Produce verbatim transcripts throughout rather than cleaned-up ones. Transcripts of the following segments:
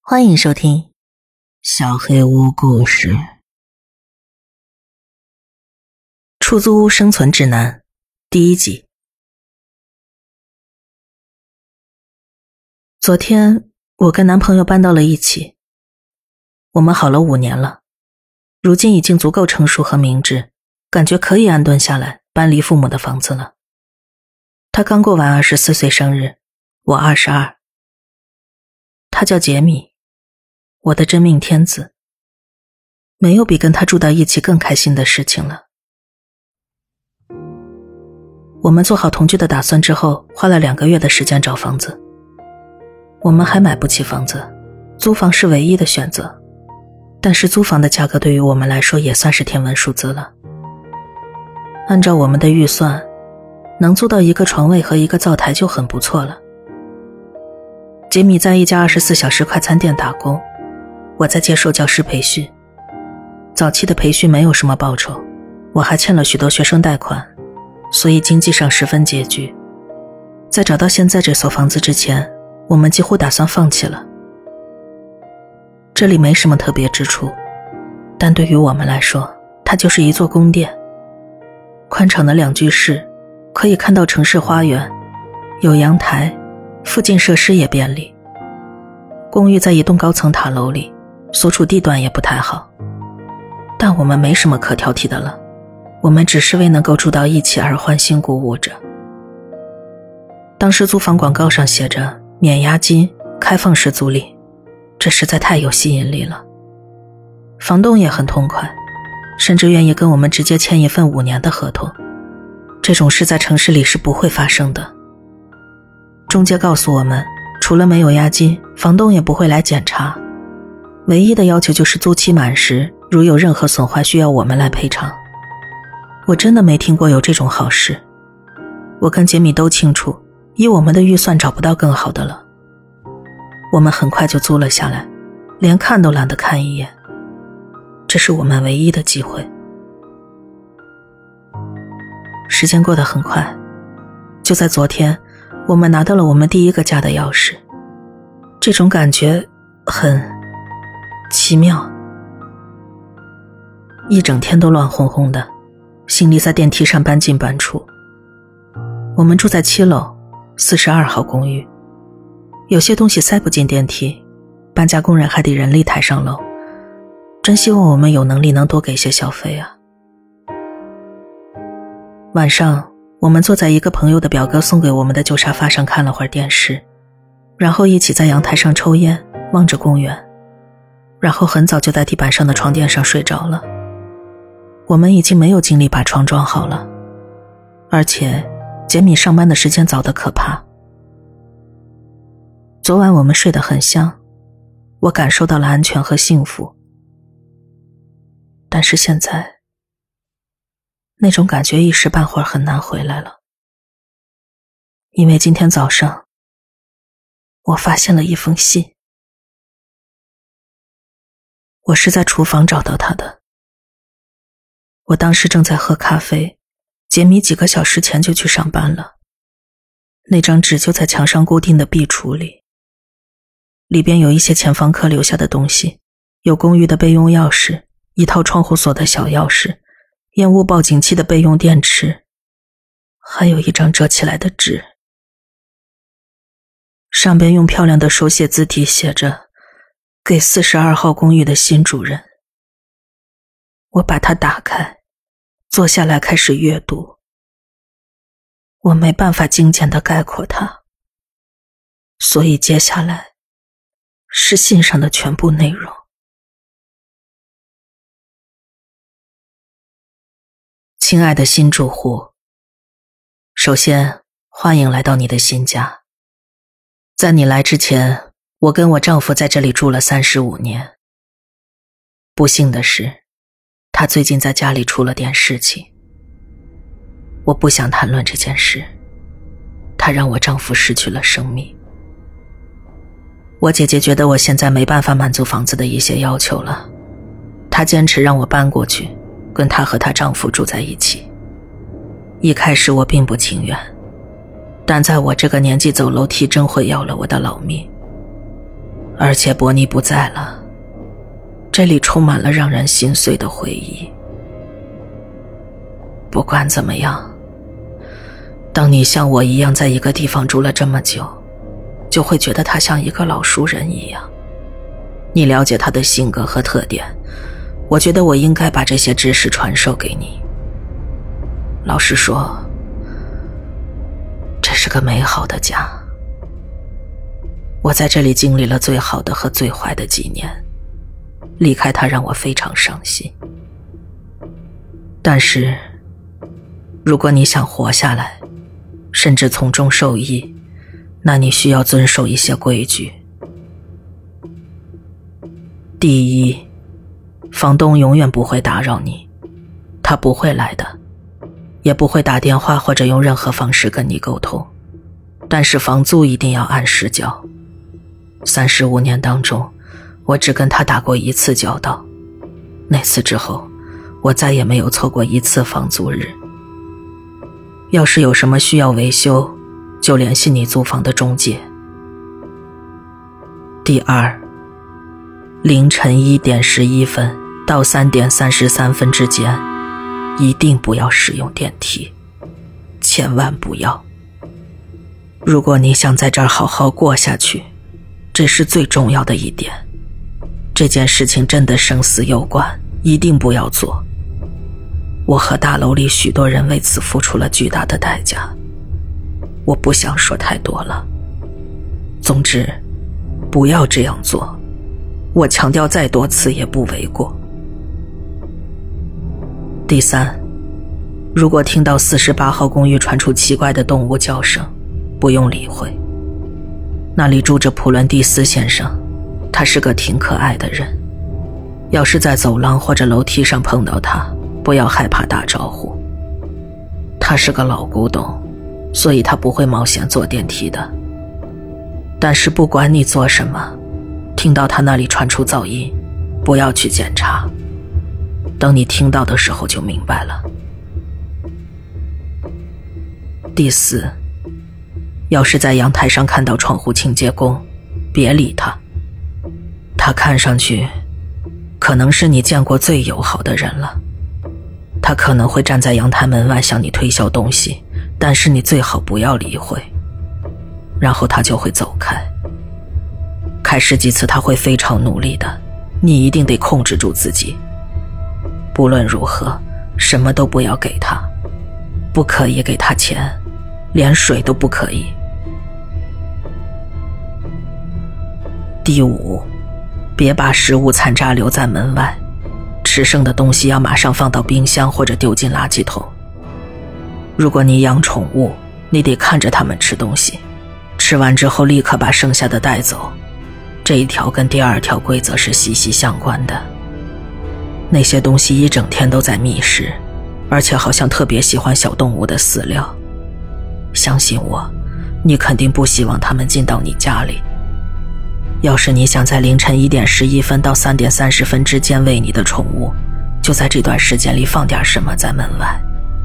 欢迎收听《小黑屋故事》出租屋生存指南第一集。昨天我跟男朋友搬到了一起，我们好了五年了，如今已经足够成熟和明智，感觉可以安顿下来，搬离父母的房子了。他刚过完二十四岁生日，我二十二。他叫杰米，我的真命天子。没有比跟他住到一起更开心的事情了。我们做好同居的打算之后，花了两个月的时间找房子。我们还买不起房子，租房是唯一的选择。但是租房的价格对于我们来说也算是天文数字了。按照我们的预算，能租到一个床位和一个灶台就很不错了。杰米在一家二十四小时快餐店打工，我在接受教师培训。早期的培训没有什么报酬，我还欠了许多学生贷款，所以经济上十分拮据。在找到现在这所房子之前，我们几乎打算放弃了。这里没什么特别之处，但对于我们来说，它就是一座宫殿。宽敞的两居室，可以看到城市花园，有阳台，附近设施也便利。公寓在一栋高层塔楼里，所处地段也不太好。但我们没什么可挑剔的了，我们只是为能够住到一起而欢欣鼓舞着。当时租房广告上写着免押金，开放式租赁，这实在太有吸引力了。房东也很痛快，甚至愿意跟我们直接签一份五年的合同。这种事在城市里是不会发生的。中介告诉我们，除了没有押金，房东也不会来检查，唯一的要求就是租期满时，如有任何损坏需要我们来赔偿。我真的没听过有这种好事。我跟杰米都清楚，以我们的预算找不到更好的了。我们很快就租了下来，连看都懒得看一眼。这是我们唯一的机会。时间过得很快，就在昨天，我们拿到了我们第一个家的钥匙。这种感觉很奇妙。一整天都乱哄哄的，行李在电梯上搬进搬出。我们住在七楼四十二号公寓，有些东西塞不进电梯，搬家工人还得人力抬上楼。真希望我们有能力能多给些小费啊。晚上我们坐在一个朋友的表哥送给我们的旧沙发上看了会儿电视，然后一起在阳台上抽烟，望着公园，然后很早就在地板上的床垫上睡着了。我们已经没有精力把床装好了，而且杰米上班的时间早得可怕。昨晚我们睡得很香，我感受到了安全和幸福。但是现在，那种感觉一时半会儿很难回来了。因为今天早上，我发现了一封信。我是在厨房找到它的。我当时正在喝咖啡，杰米几个小时前就去上班了。那张纸就在墙上固定的壁橱里，里边有一些前房客留下的东西，有公寓的备用钥匙，一套窗户锁的小钥匙，烟雾报警器的备用电池，还有一张折起来的纸。上边用漂亮的手写字体写着给四十二号公寓的新主人。我把它打开，坐下来开始阅读。我没办法精简地概括它，所以接下来是信上的全部内容。亲爱的新住户，首先欢迎来到你的新家。在你来之前，我跟我丈夫在这里住了三十五年。不幸的是，他最近在家里出了点事情。我不想谈论这件事，他让我丈夫失去了生命。我姐姐觉得我现在没办法满足房子的一些要求了，她坚持让我搬过去，跟她和她丈夫住在一起。一开始我并不情愿，但在我这个年纪走楼梯真会要了我的老命。 而且伯尼不在了，这里充满了让人心碎的回忆。不管怎么样，当你像我一样在一个地方住了这么久，就会觉得他像一个老熟人一样。你了解他的性格和特点，我觉得我应该把这些知识传授给你。老实说，这是个美好的家。我在这里经历了最好的和最坏的几年，离开他让我非常伤心。但是如果你想活下来，甚至从中受益，那你需要遵守一些规矩。第一，房东永远不会打扰你，他不会来的，也不会打电话或者用任何方式跟你沟通。但是房租一定要按时交。三十五年当中，我只跟他打过一次交道，那次之后，我再也没有错过一次房租日。要是有什么需要维修，就联系你租房的中介。第二，凌晨一点十一分到三点三十三分之间，一定不要使用电梯，千万不要。如果你想在这儿好好过下去，这是最重要的一点。这件事情真的生死攸关，一定不要做。我和大楼里许多人为此付出了巨大的代价，我不想说太多了。总之，不要这样做，我强调再多次也不为过。第三，如果听到四十八号公寓传出奇怪的动物叫声，不用理会。那里住着普伦蒂斯先生，他是个挺可爱的人。要是在走廊或者楼梯上碰到他，不要害怕打招呼。他是个老古董，所以他不会冒险坐电梯的。但是不管你做什么，听到他那里传出噪音，不要去检查。等你听到的时候就明白了。第四，要是在阳台上看到窗户清洁工，别理他。他看上去可能是你见过最友好的人了。他可能会站在阳台门外向你推销东西，但是你最好不要理会。然后他就会走开。开始几次他会非常努力的，你一定得控制住自己。不论如何，什么都不要给他，不可以给他钱，连水都不可以。第五，别把食物残渣留在门外，吃剩的东西要马上放到冰箱或者丢进垃圾桶。如果你养宠物，你得看着它们吃东西，吃完之后立刻把剩下的带走。这一条跟第二条规则是息息相关的。那些东西一整天都在觅食，而且好像特别喜欢小动物的饲料。相信我，你肯定不希望它们进到你家里。要是你想在凌晨一点十一分到三点三十分之间喂你的宠物，就在这段时间里放点什么在门外。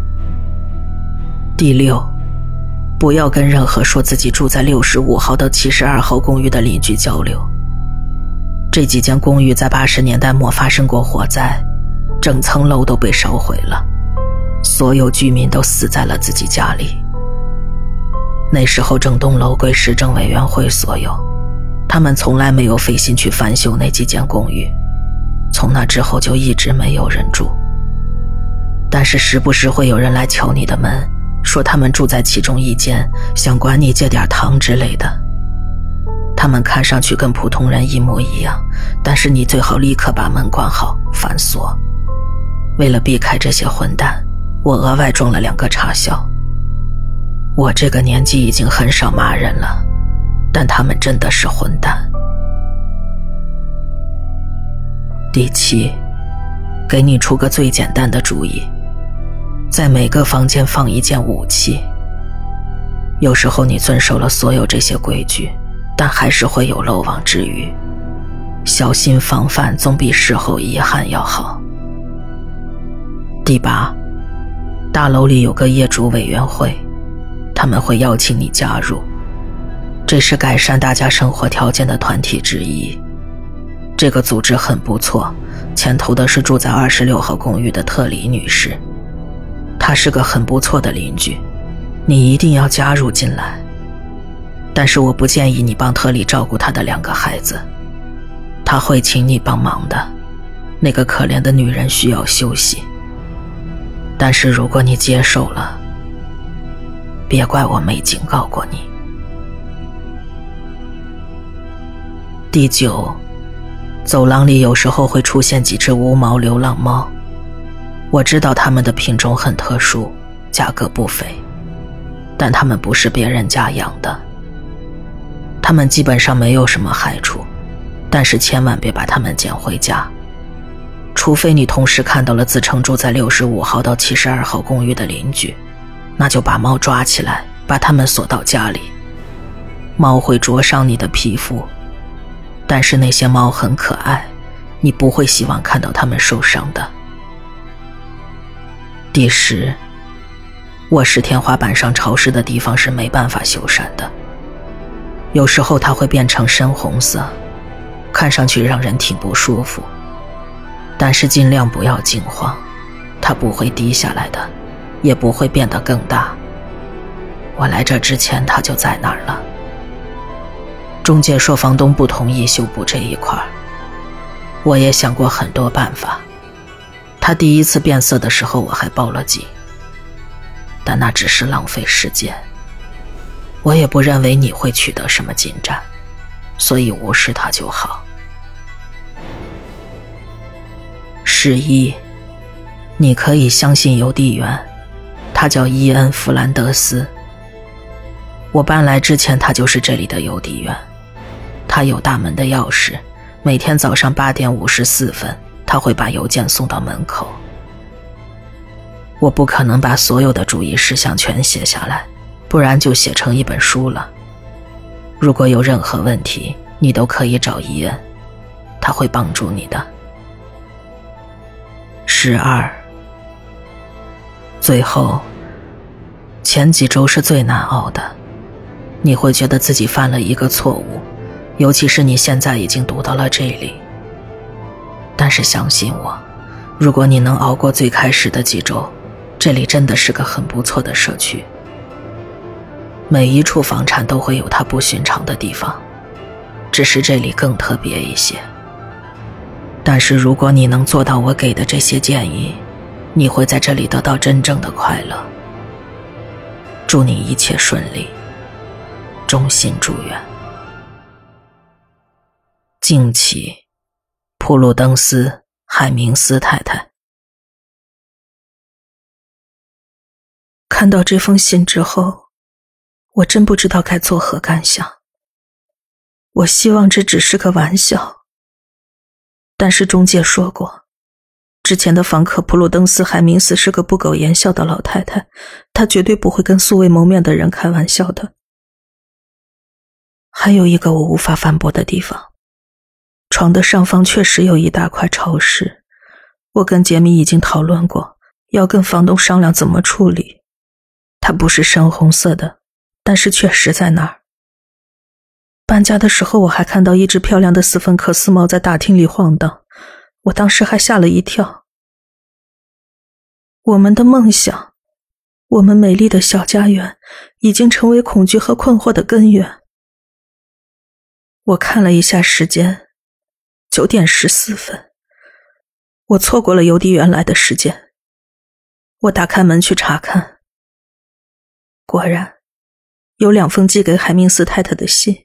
第六，不要跟任何说自己住在六十五号到七十二号公寓的邻居交流。这几间公寓在八十年代末发生过火灾，整层楼都被烧毁了，所有居民都死在了自己家里。那时候整栋楼归市政委员会所有，他们从来没有费心去翻修那几间公寓，从那之后就一直没有人住。但是时不时会有人来敲你的门，说他们住在其中一间，想管你借点糖之类的。他们看上去跟普通人一模一样，但是你最好立刻把门关好，反锁。为了避开这些混蛋，我额外装了两个插销。我这个年纪已经很少骂人了，但他们真的是混蛋。第七，给你出个最简单的主意，在每个房间放一件武器。有时候你遵守了所有这些规矩，但还是会有漏网之鱼。小心防范总比事后遗憾要好。第八，大楼里有个业主委员会，他们会邀请你加入。 这是改善大家生活条件的团体之一。这个组织很不错，牵头的是住在二十六号公寓的特里女士。她是个很不错的邻居，你一定要加入进来。但是我不建议你帮特里照顾她的两个孩子，她会请你帮忙的。那个可怜的女人需要休息。但是如果你接受了，别怪我没警告过你。第九，走廊里有时候会出现几只无毛流浪猫，我知道它们的品种很特殊，价格不菲，但它们不是别人家养的。它们基本上没有什么害处，但是千万别把它们捡回家，除非你同时看到了自称住在六十五号到七十二号公寓的邻居，那就把猫抓起来，把它们锁到家里。猫会灼伤你的皮肤，但是那些猫很可爱，你不会希望看到它们受伤的。第十，卧室天花板上潮湿的地方是没办法修缮的，有时候它会变成深红色，看上去让人挺不舒服，但是尽量不要惊慌，它不会低下来的，也不会变得更大。我来这之前它就在那儿了。中介说房东不同意修补这一块，我也想过很多办法。他第一次变色的时候我还报了警，但那只是浪费时间。我也不认为你会取得什么进展，所以无视它就好。十一，你可以相信邮递员，他叫伊恩·弗兰德斯。我搬来之前他就是这里的邮递员，他有大门的钥匙，每天早上八点五十四分他会把邮件送到门口。我不可能把所有的注意事项全写下来，不然就写成一本书了。如果有任何问题，你都可以找伊恩，他会帮助你的。十二，最后，前几周是最难熬的，你会觉得自己犯了一个错误，尤其是你现在已经读到了这里。但是相信我，如果你能熬过最开始的几周，这里真的是个很不错的社区。每一处房产都会有它不寻常的地方，只是这里更特别一些。但是如果你能做到我给的这些建议，你会在这里得到真正的快乐。祝你一切顺利，衷心祝愿。敬启，普鲁登斯·海明斯太太。看到这封信之后，我真不知道该作何感想。我希望这只是个玩笑，但是中介说过，之前的房客普鲁登斯·海明斯是个不苟言笑的老太太，她绝对不会跟素未谋面的人开玩笑的。还有一个我无法反驳的地方，床的上方确实有一大块潮湿，我跟杰米已经讨论过，要跟房东商量怎么处理。它不是深红色的，但是确实在那儿。搬家的时候我还看到一只漂亮的斯芬克斯猫在大厅里晃荡，我当时还吓了一跳。我们的梦想，我们美丽的小家园，已经成为恐惧和困惑的根源。我看了一下时间，九点十四分，我错过了邮递员来的时间。我打开门去查看，果然有两封寄给海明斯太太的信。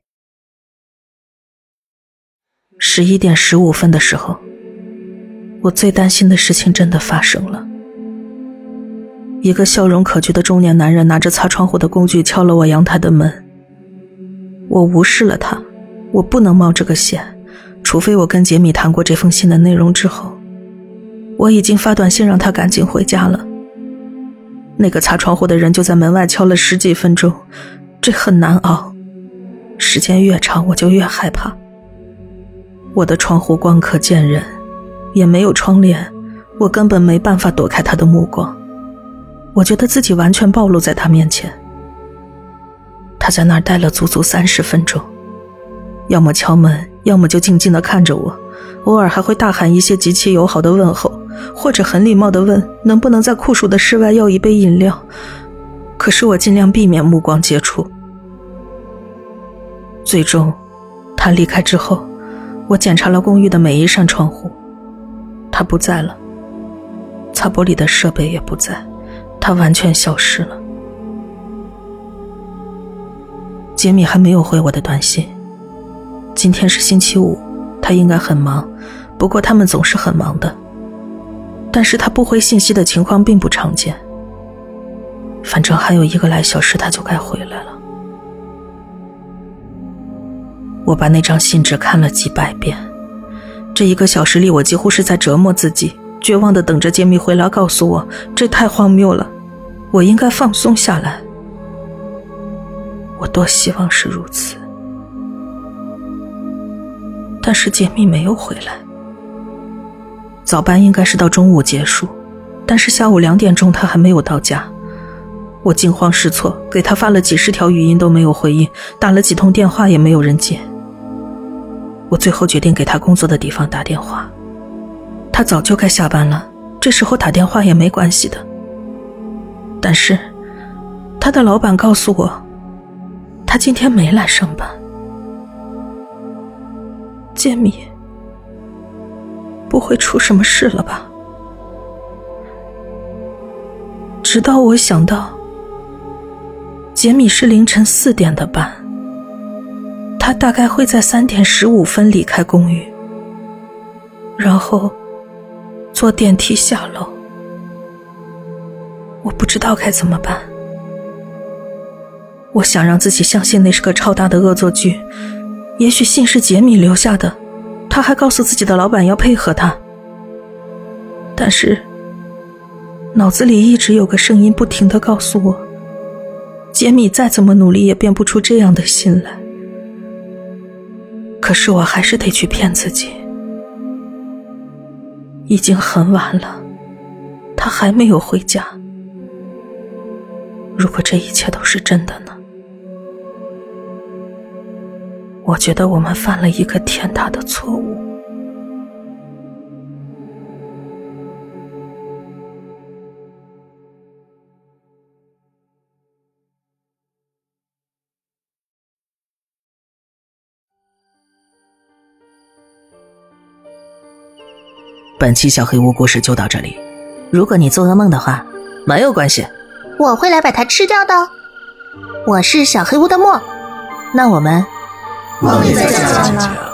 十一点十五分的时候，我最担心的事情真的发生了。一个笑容可掬的中年男人拿着擦窗户的工具敲了我阳台的门。我无视了他，我不能冒这个险，除非我跟杰米谈过这封信的内容之后。我已经发短信让他赶紧回家了。那个擦窗户的人就在门外敲了十几分钟，这很难熬，时间越长我就越害怕。我的窗户光可见人，也没有窗帘，我根本没办法躲开他的目光。我觉得自己完全暴露在他面前。 他在那儿待了足足三十分钟，要么敲门，要么就静静地看着我，偶尔还会大喊一些极其友好的问候，或者很礼貌地问能不能在酷暑的室外要一杯饮料，可是我尽量避免目光接触。最终他离开之后，我检查了公寓的每一扇窗户，他不在了，擦玻璃的设备也不在，他完全消失了。杰米还没有回我的短信，今天是星期五，他应该很忙，不过他们总是很忙的，但是他不回信息的情况并不常见。反正还有一个来小时他就该回来了。我把那张信纸看了几百遍，这一个小时里我几乎是在折磨自己，绝望地等着杰米回来告诉我，这太荒谬了，我应该放松下来。我多希望是如此，但是杰米没有回来。早班应该是到中午结束，但是下午两点钟他还没有到家。我惊慌失措，给他发了几十条语音都没有回应，打了几通电话也没有人接。我最后决定给他工作的地方打电话，他早就该下班了，这时候打电话也没关系的。但是他的老板告诉我，他今天没来上班。杰米，不会出什么事了吧？直到我想到杰米是凌晨四点的班，他大概会在三点十五分离开公寓，然后坐电梯下楼。我不知道该怎么办。我想让自己相信那是个超大的恶作剧，也许信是杰米留下的，他还告诉自己的老板要配合他。但是脑子里一直有个声音不停地告诉我，杰米再怎么努力也编不出这样的信来。可是我还是得去骗自己。已经很晚了，他还没有回家。如果这一切都是真的呢？我觉得我们犯了一个天大的错误。 本期小黑屋故事就到这里，如果你做噩梦的话，没有关系， 我会来把它吃掉的。我是小黑屋的墨， 那我们梦里再见了。